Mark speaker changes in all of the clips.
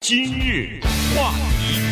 Speaker 1: 今日话题，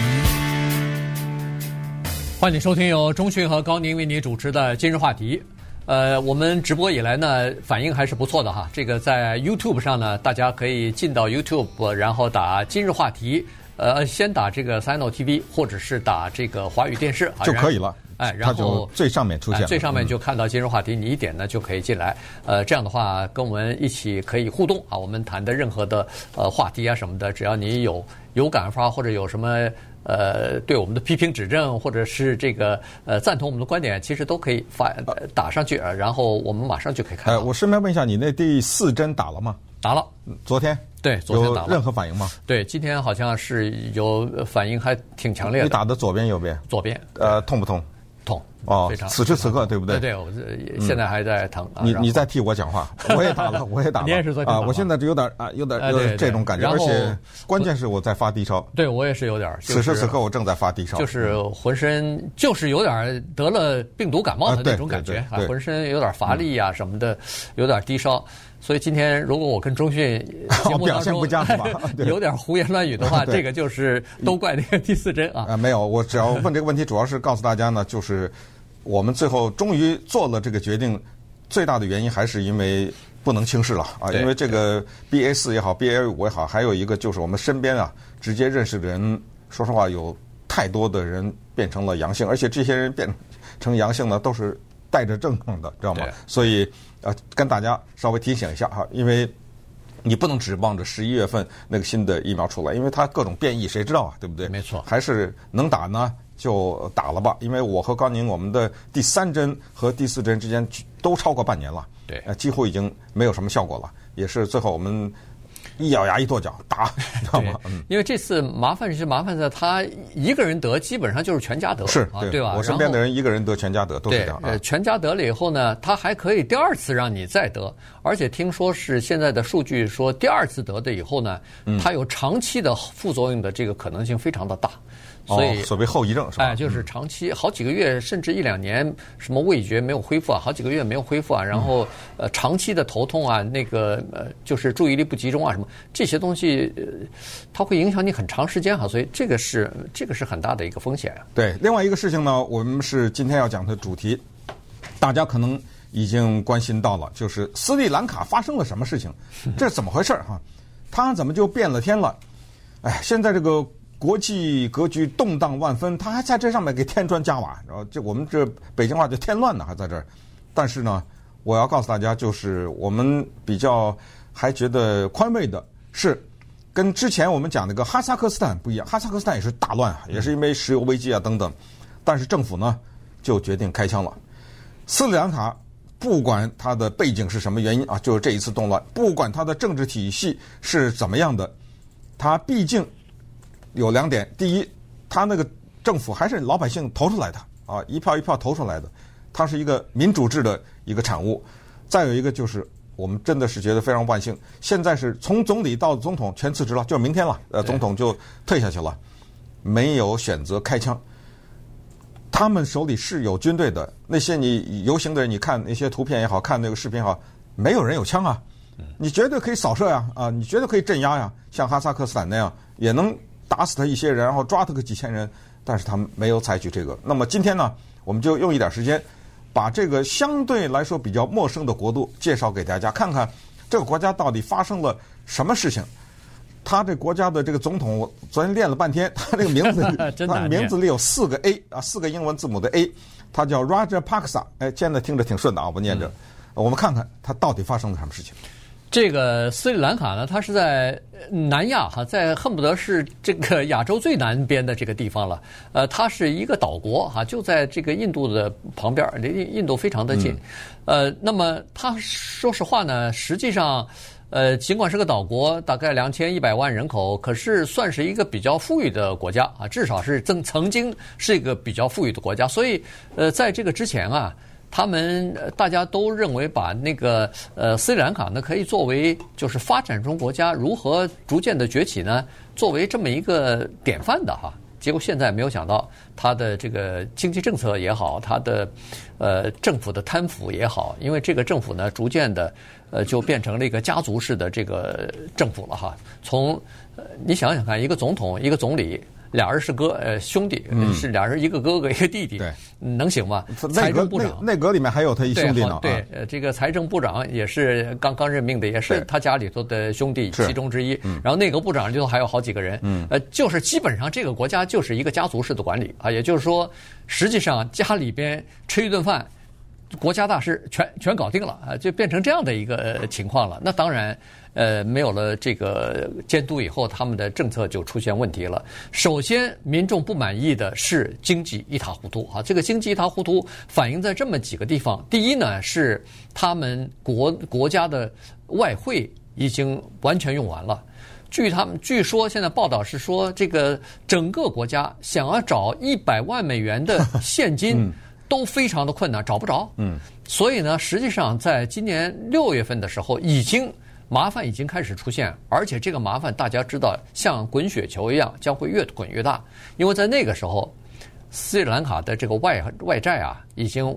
Speaker 2: 欢迎收听由钟迅和高宁为你主持的今日话题。我们直播以来呢，反应还是不错的哈。这个在 YouTube 上呢，大家可以进到 YouTube， 然后打今日话题，先打这个 Sino TV， 或者是打这个华语电视
Speaker 3: 就可以了。
Speaker 2: 然后
Speaker 3: 最上面出现，
Speaker 2: 最上面就看到今日话题，你一点呢就可以进来。这样的话跟我们一起可以互动啊。我们谈的任何的话题啊什么的，只要你有感发或者有什么对我们的批评指正，或者是这个赞同我们的观点，其实都可以打上去，然后我们马上就可以看到。
Speaker 3: 我顺便问一下，你那第4针打了吗？
Speaker 2: 打了，
Speaker 3: 昨天。
Speaker 2: 对，昨天打了。
Speaker 3: 有任何反应吗？
Speaker 2: 对，今天好像是有反应，还挺强烈的。
Speaker 3: 你打的左边右边？
Speaker 2: 左边。
Speaker 3: 痛不痛？
Speaker 2: 痛
Speaker 3: 哦，此时此刻对不对？
Speaker 2: 对，我现在还在疼。
Speaker 3: 你在替我讲话，我也打了，我也打了。
Speaker 2: 你也是昨天打
Speaker 3: 我现在有点这种感觉，而且关键是我在发低烧。
Speaker 2: 对，我也是有点。
Speaker 3: 此时此刻我正在发低烧，
Speaker 2: 就是浑身就是有点得了病毒感冒的那种感觉，浑身有点乏力啊什么的，有点低烧。所以今天如果我跟钟迅节目当中有点胡言乱语的话，这个就是都怪那个第4针啊。
Speaker 3: 没有，我只要问这个问题，主要是告诉大家呢，就是我们最后终于做了这个决定，最大的原因还是因为不能轻视了啊，因为这个 BA4 也好 BA5 也好，还有一个就是我们身边啊直接认识的人，说实话有太多的人变成了阳性，而且这些人变成阳性呢都是带着症状的，知道吗？所以跟大家稍微提醒一下哈，因为你不能指望着11月份那个新的疫苗出来，因为它各种变异，谁知道啊？对不对？
Speaker 2: 没错，
Speaker 3: 还是能打呢就打了吧。因为我和高宁我们的第3针和第4针之间都超过半年了，
Speaker 2: 对，
Speaker 3: 几乎已经没有什么效果了，也是最后我们一咬牙一跺脚打，知道吗？
Speaker 2: 因为这次麻烦在他一个人得，基本上就是全家得，
Speaker 3: 是
Speaker 2: 对吧？
Speaker 3: 我身边的人一个人得全家得都是这样。
Speaker 2: 全家得了以后呢，他还可以第2次让你再得，而且听说是现在的数据说，第2次得的以后呢，它有长期的副作用的这个可能性非常的大。所以
Speaker 3: 所谓后遗症是吧？
Speaker 2: 就是长期好几个月，甚至1-2年，什么味觉没有恢复啊，好几个月没有恢复啊，然后长期的头痛啊，那个就是注意力不集中啊，什么这些东西，它会影响你很长时间哈，所以这个是很大的一个风险啊。
Speaker 3: 对，另外一个事情呢，我们是今天要讲的主题，大家可能已经关心到了，就是斯里兰卡发生了什么事情？这是怎么回事哈？它怎么就变了天了？哎，现在这个国际格局动荡万分，他还在这上面给添砖加瓦，然后我们这北京话就添乱呢，还在这儿。但是呢，我要告诉大家，就是我们比较还觉得宽慰的是，跟之前我们讲那个哈萨克斯坦不一样，哈萨克斯坦也是大乱啊，也是因为石油危机啊等等，但是政府呢就决定开枪了。斯里兰卡不管它的背景是什么原因啊，就是这一次动乱，不管它的政治体系是怎么样的，它毕竟有2点，第一，他那个政府还是老百姓投出来的啊，一票一票投出来的，它是一个民主制的一个产物。再有一个就是，我们真的是觉得非常万幸，现在是从总理到总统全辞职了，就是明天了，总统就退下去了，没有选择开枪。他们手里是有军队的，那些你游行的人，你看那些图片也好看那个视频也好，没有人有枪啊，你绝对可以扫射呀，你绝对可以镇压呀，像哈萨克斯坦那样也能打死他一些人，然后抓他个几千人，但是他们没有采取这个。那么今天呢，我们就用一点时间，把这个相对来说比较陌生的国度介绍给大家，看看这个国家到底发生了什么事情。他这国家的这个总统，我昨天练了半天，他这个名字，他名字里有4个 A 啊，4个英文字母的 A， 他叫 Rajapaksa， 现在听着挺顺的啊，我念着。我们看看他到底发生了什么事情。
Speaker 2: 这个斯里兰卡呢，它是在南亚哈，在恨不得是这个亚洲最南边的这个地方了。它是一个岛国哈，就在这个印度的旁边，离印度非常的近。那么它说实话呢，实际上尽管是个岛国，大概2100万人口，可是算是一个比较富裕的国家啊，至少是曾经是一个比较富裕的国家。所以在这个之前啊，他们大家都认为把那个斯里兰卡呢，可以作为就是发展中国家如何逐渐的崛起呢，作为这么一个典范的哈。 结果现在没有想到，他的这个经济政策也好，他的政府的贪腐也好，因为这个政府呢，逐渐的就变成了一个家族式的这个政府了哈。从你想想看，一个总统，一个总理。俩人是兄弟，是俩人一个哥哥一个弟弟，
Speaker 3: 对，
Speaker 2: 能行吗？财政部长
Speaker 3: 内阁里面还有他一兄弟呢。
Speaker 2: 对，这个财政部长也是刚刚任命的，也是他家里头的兄弟其中之一。然后内阁部长里头还有好几个人，就是基本上这个国家就是一个家族式的管理啊，也就是说，实际上家里边吃一顿饭。国家大事全搞定了啊，就变成这样的一个情况了。那当然，没有了这个监督以后，他们的政策就出现问题了。首先，民众不满意的是经济一塌糊涂啊。这个经济一塌糊涂反映在这么几个地方。第一呢，是他们国家的外汇已经完全用完了。据说现在报道是说，这个整个国家想要找100万美元的现金。都非常的困难，找不着。所以呢，实际上在今年6月份的时候，麻烦已经开始出现，而且这个麻烦大家知道，像滚雪球一样，将会越滚越大。因为在那个时候，斯里兰卡的这个外债啊，已经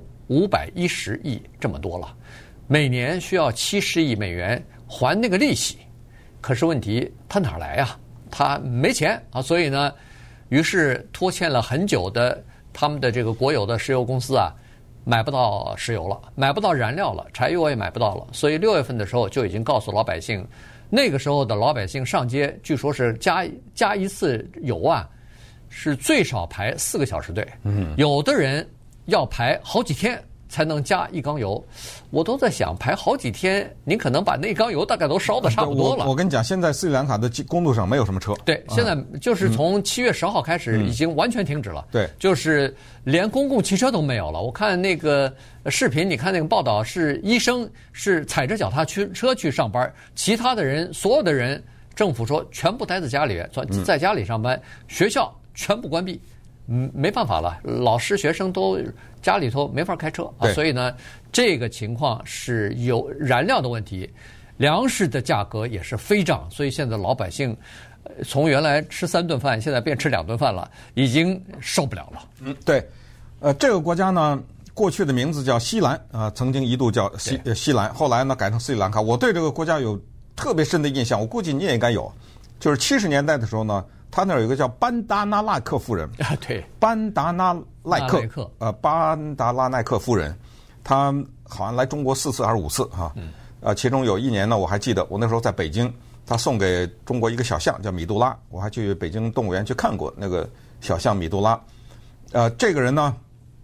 Speaker 2: 510亿这么多了，每年需要70亿美元还那个利息。可是问题，他哪来啊？他没钱啊，所以呢，于是拖欠了很久的。他们的这个国有的石油公司啊，买不到石油了，买不到燃料了，柴油也买不到了。所以6月份的时候就已经告诉老百姓，那个时候的老百姓上街，据说是加一次油啊，是最少排4个小时队。有的人要排好几天才能加一缸油。我都在想，排好几天，您可能把那缸油大概都烧得差不多了。
Speaker 3: 我跟你讲，现在斯里兰卡的公路上没有什么车。
Speaker 2: 对，现在就是从7月10号开始，已经完全停止了。
Speaker 3: 对，
Speaker 2: 就是连公共汽车都没有了。我看那个视频，你看那个报道，是医生是踩着脚踏车去上班，其他的人，所有的人，政府说全部待在家里，在家里上班，学校全部关闭。没办法了，老师学生都家里头没法开车啊，所以呢，这个情况是有燃料的问题，粮食的价格也是飞涨，所以现在老百姓从原来吃3顿饭，现在变吃2顿饭了，已经受不了了。
Speaker 3: 对，这个国家呢，过去的名字叫西兰啊，曾经一度叫西兰，后来呢改成斯里兰卡。我对这个国家有特别深的印象，我估计你也应该有，就是70年代的时候呢。他那儿有一个叫班达拉奈克夫人
Speaker 2: 啊，对，
Speaker 3: 班达拉奈克，班达拉奈克夫人，她好像来中国4次还是5次哈，其中有1年呢，我还记得，我那时候在北京，她送给中国一个小象叫米杜拉，我还去北京动物园去看过那个小象米杜拉，这个人呢，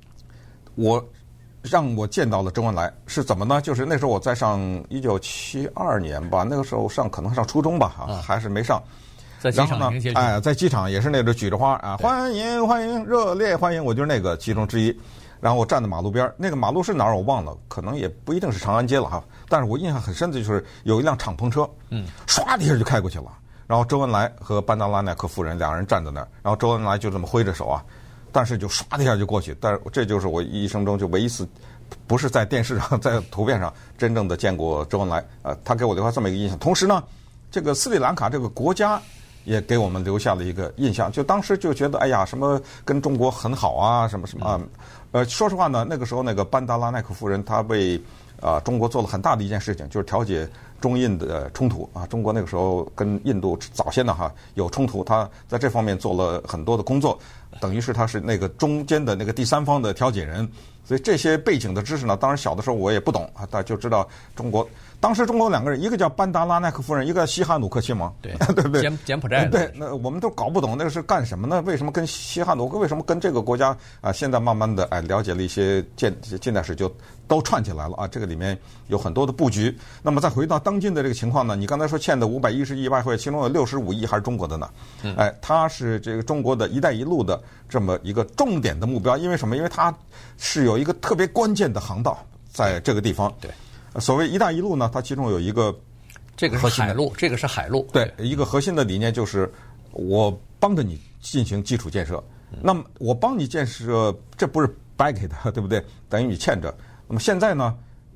Speaker 3: 让我见到了周恩来是怎么呢？就是那时候我在上1972年吧，那个时候可能上初中吧，还是没上。
Speaker 2: 在机场迎接，
Speaker 3: 在机场也是那个举着花啊，欢迎欢迎，热烈欢迎，我就是那个其中之一。然后我站在马路边，那个马路是哪儿我忘了，可能也不一定是长安街了哈。但是我印象很深的就是有一辆敞篷车，唰的一下就开过去了。然后周恩来和班达拉奈克夫人两人站在那儿，然后周恩来就这么挥着手啊，但是就唰的一下就过去。但是这就是我一生中就唯一一次，不是在电视上，在图片上真正的见过周恩来。他给我留下这么一个印象。同时呢，这个斯里兰卡这个国家。也给我们留下了一个印象，就当时就觉得，哎呀，什么跟中国很好啊，什么什么啊，说实话呢，那个时候那个班达拉奈克夫人，她为中国做了很大的一件事情，就是调解中印的冲突啊。中国那个时候跟印度早先的有冲突，她在这方面做了很多的工作，等于是她是那个中间的那个第三方的调解人。所以这些背景的知识呢，当然小的时候我也不懂啊，但就知道中国。当时中国2个人，一个叫班达拉奈克夫人，一个西哈努克亲王，
Speaker 2: 对
Speaker 3: 对不对？
Speaker 2: 柬埔寨的，
Speaker 3: 对，那我们都搞不懂那个是干什么呢？为什么跟西哈努克？为什么跟这个国家啊？现在慢慢的了解了一些近代史，就都串起来了啊。这个里面有很多的布局。那么再回到当今的这个情况呢，你刚才说欠的510亿外汇，其中有65亿还是中国的呢？它是这个中国的一带一路的这么一个重点的目标。因为什么？因为它是有一个特别关键的航道在这个地方。
Speaker 2: 对。
Speaker 3: 所谓“一带一路”呢，它其中有一个，
Speaker 2: 这个是海路，这个是海路。
Speaker 3: 对，一个核心的理念就是我帮着你进行基础建设。那么我帮你建设，这不是白给的，对不对？等于你欠着。那么现在呢，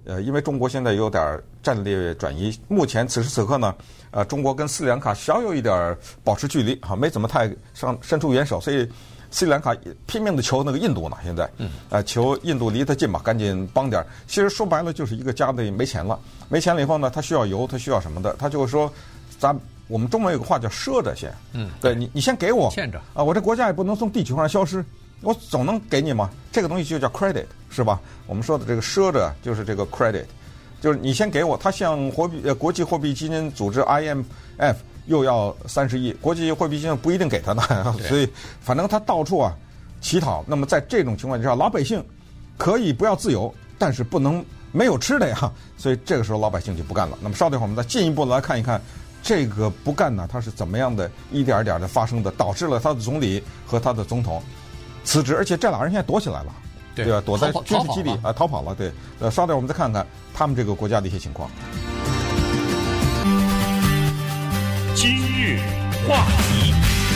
Speaker 3: 因为中国现在有点战略转移，目前此时此刻呢，中国跟斯里兰卡小有一点保持距离，没怎么太伸出援手，所以斯里兰卡拼命的求那个印度呢，现在，求印度离他近吧，赶紧帮点。其实说白了就是一个家里没钱了，没钱了以后呢，他需要油，他需要什么的，他就说，我们中文有个话叫赊着先，对你先给我，
Speaker 2: 欠着
Speaker 3: 啊，我这国家也不能从地球上消失。我总能给你嘛，这个东西就叫 credit， 是吧？我们说的这个赊着就是这个 credit， 就是你先给我，他向国际货币基金组织 IMF 又要30亿，国际货币基金不一定给他呢，所以反正他到处乞讨。那么在这种情况之下，老百姓可以不要自由，但是不能没有吃的呀，所以这个时候老百姓就不干了。那么稍等会儿我们再进一步来看一看这个不干呢，它是怎么样的一点点的发生的，导致了他的总理和他的总统辞职，而且这俩人现在躲起来了，对吧？躲在军事基地逃跑了。对，稍等，我们再看看他们这个国家的一些情况。
Speaker 1: 今日话题，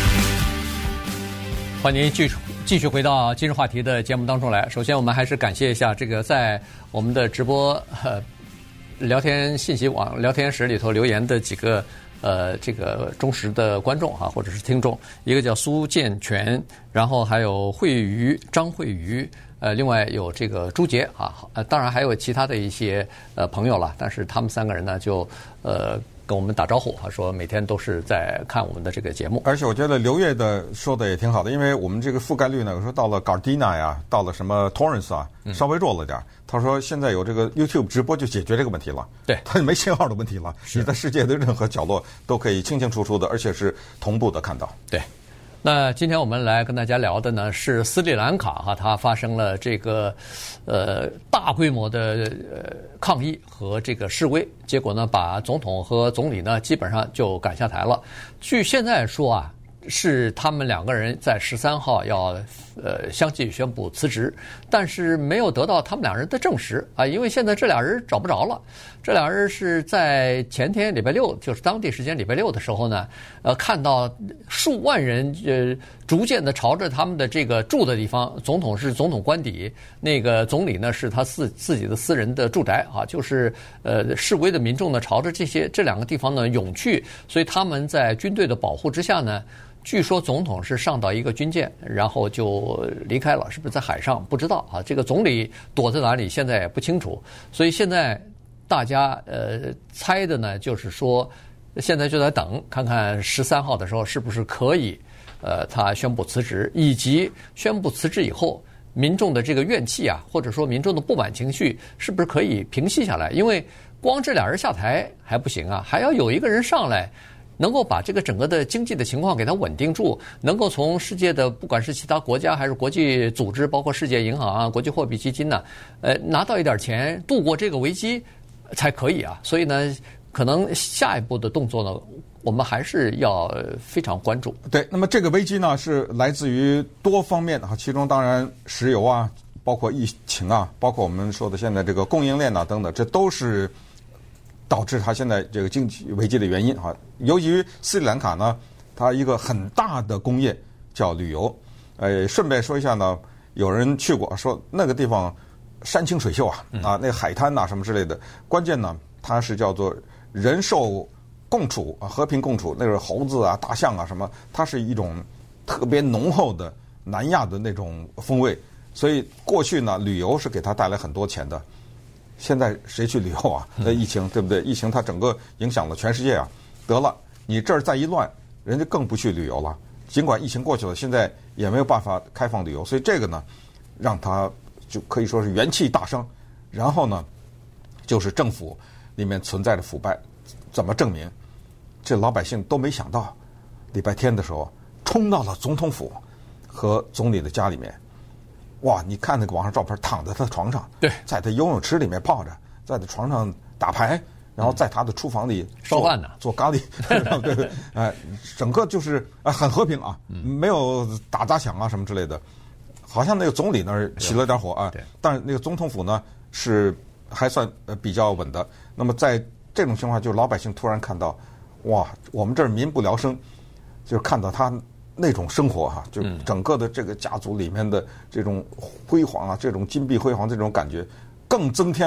Speaker 2: 欢迎继续回到今日话题的节目当中来。首先，我们还是感谢一下这个在我们的直播聊天信息网聊天室里头留言的几个。这个忠实的观众或者是听众，一个叫苏建全，然后还有张慧瑜，另外有这个朱杰当然还有其他的一些朋友了，但是他们3个人呢就跟我们打招呼说每天都是在看我们的这个节目。
Speaker 3: 而且我觉得刘烨的说的也挺好的，因为我们这个覆盖率呢，有时候到了 Gardena 呀，到了什么 Torrance 稍微弱了点。他说现在有这个 YouTube 直播就解决这个问题了，
Speaker 2: 对，
Speaker 3: 他就没信号的问题了，你在世界的任何角落都可以清清楚楚的，而且是同步的看到。
Speaker 2: 对。那今天我们来跟大家聊的呢是斯里兰卡它发生了这个大规模的抗议和这个示威，结果呢把总统和总理呢基本上就赶下台了。据现在说是他们2个人在13号要相继宣布辞职，但是没有得到他们2人的证实因为现在这俩人找不着了。这俩人是在前天礼拜6，就是当地时间礼拜6的时候呢，看到数万人逐渐的朝着他们的这个住的地方，总统是总统官邸，那个总理呢是他自己的私人的住宅就是示威的民众呢朝着这2个地方呢涌去，所以他们在军队的保护之下呢。据说总统是上到一个军舰，然后就离开了，是不是在海上？不知道这个总理躲在哪里，现在也不清楚。所以现在大家猜的呢，就是说现在就在等，看看13号的时候是不是可以他宣布辞职，以及宣布辞职以后，民众的这个怨气或者说民众的不满情绪是不是可以平息下来？因为光这俩人下台还不行还要有一个人上来。能够把这个整个的经济的情况给它稳定住，能够从世界的不管是其他国家还是国际组织，包括世界银行国际货币基金呢，拿到一点钱度过这个危机才可以所以呢，可能下一步的动作呢，我们还是要非常关注。
Speaker 3: 对，那么这个危机呢是来自于多方面的其中当然石油包括疫情包括我们说的现在这个供应链等等，这都是。导致它现在这个经济危机的原因由于斯里兰卡呢，它一个很大的工业叫旅游，顺便说一下呢，有人去过说那个地方山清水秀那个海滩什么之类的，关键呢它是叫做人兽共处和平共处，那个猴子大象什么，它是一种特别浓厚的南亚的那种风味，所以过去呢旅游是给它带来很多钱的。现在谁去旅游疫情对不对？疫情它整个影响了全世界得了，你这儿再一乱，人家更不去旅游了。尽管疫情过去了，现在也没有办法开放旅游，所以这个呢，让他就可以说是元气大伤。然后呢，就是政府里面存在的腐败，怎么证明？这老百姓都没想到，礼拜天的时候冲到了总统府和总理的家里面。哇！你看那个网上照片，躺在他床上，
Speaker 2: 对，
Speaker 3: 在他游泳池里面泡着，在他床上打牌，然后在他的厨房里
Speaker 2: 烧饭呢，
Speaker 3: 做咖喱，对，整个就是很和平没有打砸抢什么之类的。好像那个总理那儿起了点火但是那个总统府呢是还算比较稳的。那么在这种情况，就是老百姓突然看到，哇，我们这儿民不聊生，就是看到他。那种生活就整个的这个家族里面的这种辉煌这种金碧辉煌这种感觉，更增添了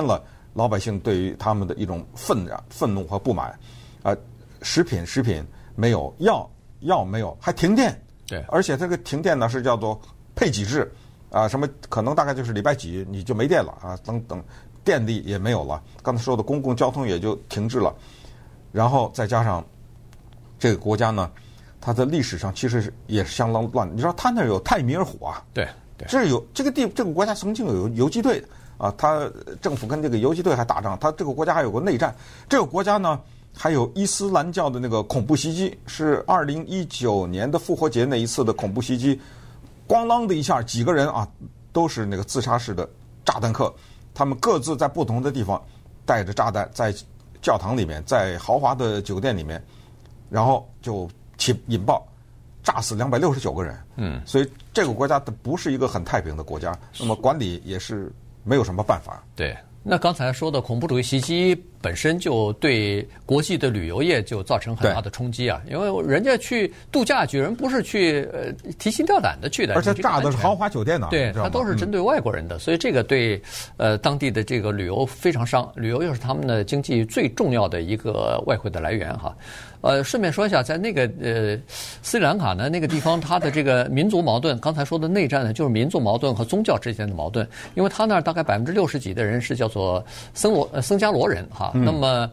Speaker 3: 老百姓对于他们的一种愤怒和不满。食品没有，药没有，还停电。
Speaker 2: 对，
Speaker 3: 而且这个停电呢是叫做配给制什么可能大概就是礼拜几你就没电了等等，电力也没有了，刚才说的公共交通也就停滞了，然后再加上这个国家呢，它的历史上其实也是相当乱。你知道它那有泰米尔虎啊？
Speaker 2: 对，
Speaker 3: 这个国家曾经有游击队它政府跟这个游击队还打仗，它这个国家还有过内战。这个国家呢，还有伊斯兰教的那个恐怖袭击，是2019年的复活节那一次的恐怖袭击，咣啷的一下，几个人都是那个自杀式的炸弹客，他们各自在不同的地方带着炸弹，在教堂里面，在豪华的酒店里面，然后就引爆，炸死269个人。所以这个国家不是一个很太平的国家，那么管理也是没有什么办法。
Speaker 2: 对。那刚才说的恐怖主义袭击本身就对国际的旅游业就造成很大的冲击因为人家去度假去，人不是去提心吊胆的去的，
Speaker 3: 而且炸的是豪华酒店
Speaker 2: 对，它都是针对外国人的，所以这个对当地的这个旅游非常伤，旅游又是他们的经济最重要的一个外汇的来源顺便说一下，在那个斯里兰卡呢，那个地方它的这个民族矛盾，刚才说的内战呢，就是民族矛盾和宗教之间的矛盾。因为他那儿大概60%几的人是叫做僧伽罗人那么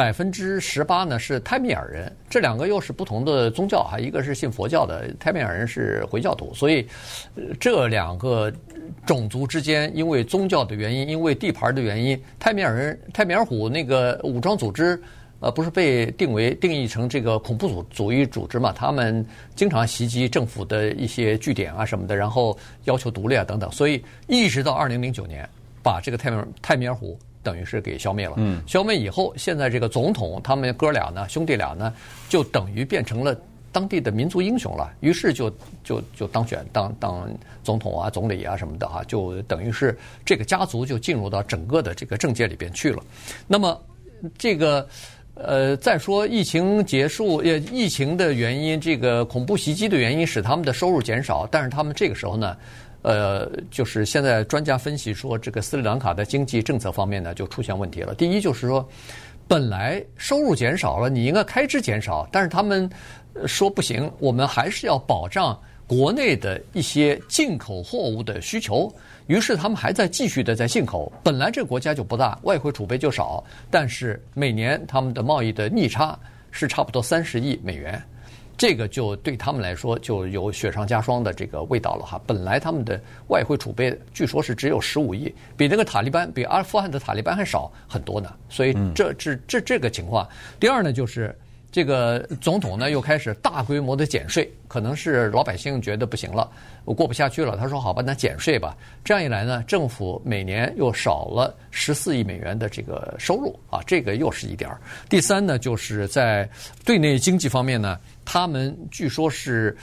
Speaker 2: 18%呢是泰米尔人，这两个又是不同的宗教一个是信佛教的，泰米尔人是回教徒，所以这两个种族之间因为宗教的原因，因为地盘的原因，泰米尔虎那个武装组织。不是被定义成这个恐怖主义组织嘛？他们经常袭击政府的一些据点什么的，然后要求独立等等。所以一直到2009年，把这个泰米尔虎等于是给消灭了。消灭以后，现在这个总统他们哥俩呢，兄弟俩呢，就等于变成了当地的民族英雄了。于是就当选当总统总理什么的就等于是这个家族就进入到整个的这个政界里边去了。那么这个。再说疫情结束，疫情的原因，这个恐怖袭击的原因使他们的收入减少，但是他们这个时候呢，就是现在专家分析说，这个斯里兰卡的经济政策方面呢就出现问题了。第一就是说，本来收入减少了，你应该开支减少，但是他们说不行，我们还是要保障国内的一些进口货物的需求。于是他们还在继续的在进口，本来这个国家就不大，外汇储备就少，但是每年他们的贸易的逆差是差不多30亿美元，这个就对他们来说就有雪上加霜的这个味道了本来他们的外汇储备据说是只有15亿，比那个比阿富汗的塔利班还少很多呢，所以这个情况。第二呢，就是这个总统呢又开始大规模的减税，可能是老百姓觉得不行了，我过不下去了，他说好吧，那减税吧。这样一来呢，政府每年又少了14亿美元的这个收入这个又是一点。第三呢，就是在对内经济方面呢，他们据说是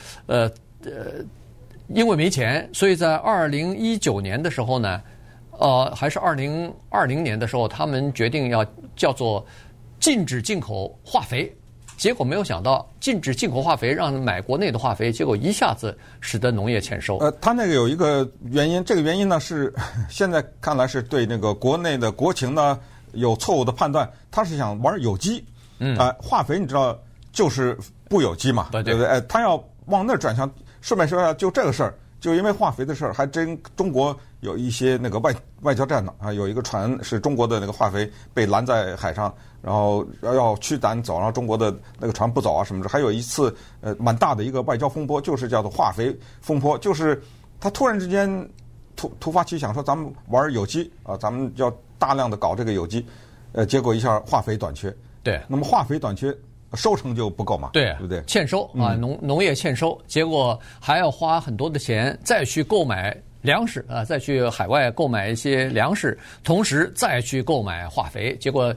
Speaker 2: 因为没钱，所以在2019年的时候呢，还是2020年的时候，他们决定要叫做禁止进口化肥。结果没有想到，禁止进口化肥，让买国内的化肥，结果一下子使得农业欠收。
Speaker 3: 他那个有一个原因，这个原因呢是现在看来是对那个国内的国情呢有错误的判断，他是想玩有机。化肥你知道就是不有机嘛，对不对？他要往那儿转向。顺便说一下，就这个事儿，就因为化肥的事儿，还真中国有一些那个外交战呢有一个船是中国的那个化肥被拦在海上。然后要驱赶走，然后中国的那个船不走什么的。还有一次蛮大的一个外交风波，就是叫做化肥风波，就是他突然之间突发奇想说咱们玩有机咱们要大量的搞这个有机，结果一下化肥短缺。
Speaker 2: 对，
Speaker 3: 那么化肥短缺，收成就不够嘛，
Speaker 2: 对
Speaker 3: 不对？
Speaker 2: 欠收农业欠收，结果还要花很多的钱再去购买粮食再去海外购买一些粮食，同时再去购买化肥，结果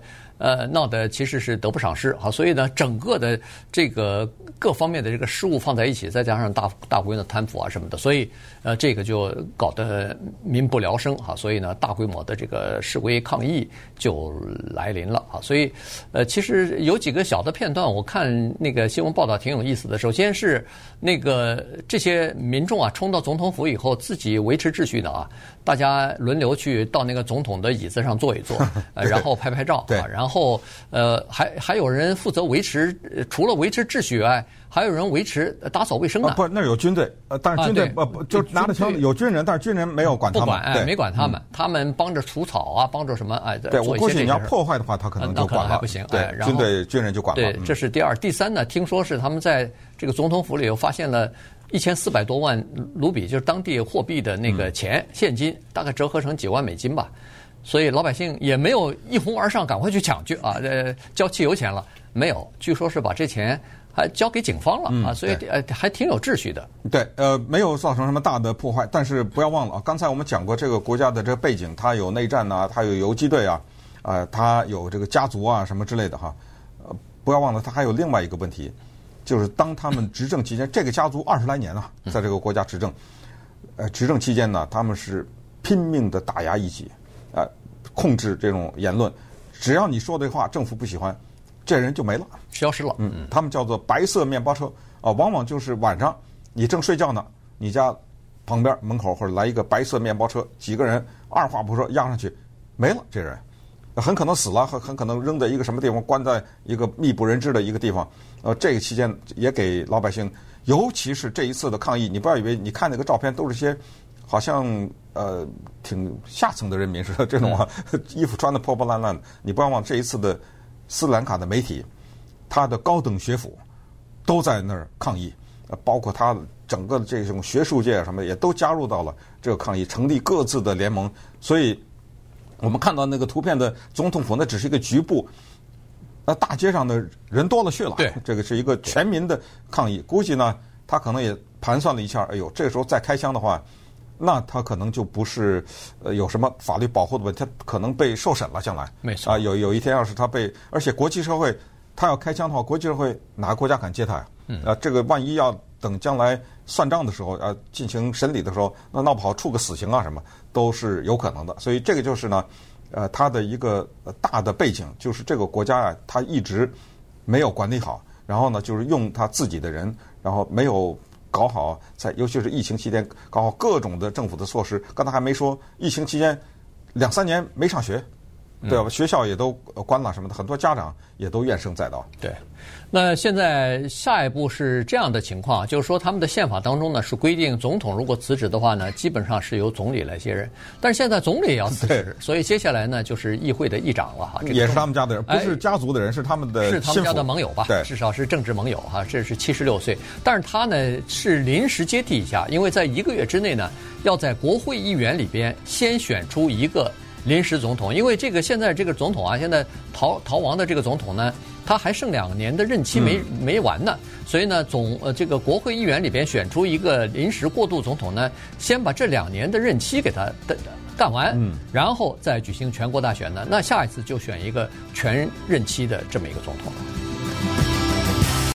Speaker 2: 闹得其实是得不偿失啊。所以呢，整个的这个各方面的这个失误放在一起，再加上大规模的贪腐啊什么的，所以这个就搞得民不聊生啊。所以呢，大规模的这个示威抗议就来临了啊。所以其实有几个小的片段，我看那个新闻报道挺有意思的。首先是那个这些民众啊，冲到总统府以后，自己维持秩序的啊，大家轮流去到那个总统的椅子上坐一坐，然后拍拍照啊，然后还有人负责维持，除了维持秩序外，还有人维持打扫卫生的。
Speaker 3: 不，那有军队，但是军队就拿着枪，有军人，但是军人没有管他们，
Speaker 2: 不管，没管他们，他们帮着除草啊，帮着什么
Speaker 3: 对，我估计你要破坏的话，他可能就管了，
Speaker 2: 还不行。
Speaker 3: 对，军人就管了。
Speaker 2: 对，这是第二。第三呢，听说是他们在这个总统府里又发现了1400多万卢比，就是当地货币的那个钱现金，大概折合成几万美金吧。所以老百姓也没有一哄而上赶快去抢去啊，交汽油钱了没有？据说是把这钱还交给警方了啊，所以还挺有秩序的。
Speaker 3: 对，没有造成什么大的破坏，但是不要忘了啊，刚才我们讲过这个国家的这个背景，它有内战啊，它有游击队啊，它有这个家族啊什么之类的哈。不要忘了，它还有另外一个问题，就是当他们执政期间，这个家族20来年啊，在这个国家执政，执政期间呢，他们是拼命的打压异己，控制这种言论，只要你说的话政府不喜欢，这人就没了，
Speaker 2: 消失了。
Speaker 3: 他们叫做白色面包车啊，往往就是晚上你正睡觉呢，你家旁边门口或者来一个白色面包车，几个人二话不说压上去，没了，这人很可能死了，很可能扔在一个什么地方，关在一个密不人知的一个地方。这个期间也给老百姓，尤其是这一次的抗议，你不要以为你看那个照片都是些好像挺下层的人民似的这种衣服穿的破破烂烂的。你不要忘这一次的斯里兰卡的媒体，他的高等学府都在那儿抗议，包括他整个这种学术界什么也都加入到了这个抗议，成立各自的联盟。所以我们看到那个图片的总统府，那只是一个局部，大街上的人多了去了。
Speaker 2: 对，
Speaker 3: 这个是一个全民的抗议。估计呢，他可能也盘算了一下，哎呦，这个时候再开枪的话，那他可能就不是有什么法律保护的问题，他可能被受审了。将来，
Speaker 2: 没错
Speaker 3: 有一天要是他被，而且国际社会他要开枪的话，国际社会哪个国家敢接他呀？这个万一要等将来算账的时候，进行审理的时候，那闹不好处个死刑啊什么都是有可能的。所以这个就是呢，它的一个大的背景，就是这个国家啊，它一直没有管理好，然后呢，就是用他自己的人，然后没有搞好，尤其是疫情期间搞好各种的政府的措施。刚才还没说，疫情期间2-3年没上学，对吧？学校也都关了什么的，很多家长也都怨声载道。
Speaker 2: 对。那现在下一步是这样的情况，就是说他们的宪法当中呢是规定，总统如果辞职的话呢，基本上是由总理来接任。但是现在总理也要辞职，所以接下来呢就是议会的议长了哈，
Speaker 3: 也是他们家的人，不是家族的人，是他们的，
Speaker 2: 是他们家的盟友吧？
Speaker 3: 对，
Speaker 2: 至少是政治盟友哈。这是76岁，但是他呢是临时接替一下，因为在1个月之内呢，要在国会议员里边先选出一个临时总统，因为现在这个总统啊，现在逃亡的这个总统呢，他还剩2年的任期没完呢，所以呢，这个国会议员里边选出一个临时过渡总统呢，先把这2年的任期给他干完，然后再举行全国大选呢，那下一次就选一个全任期的这么一个总统了。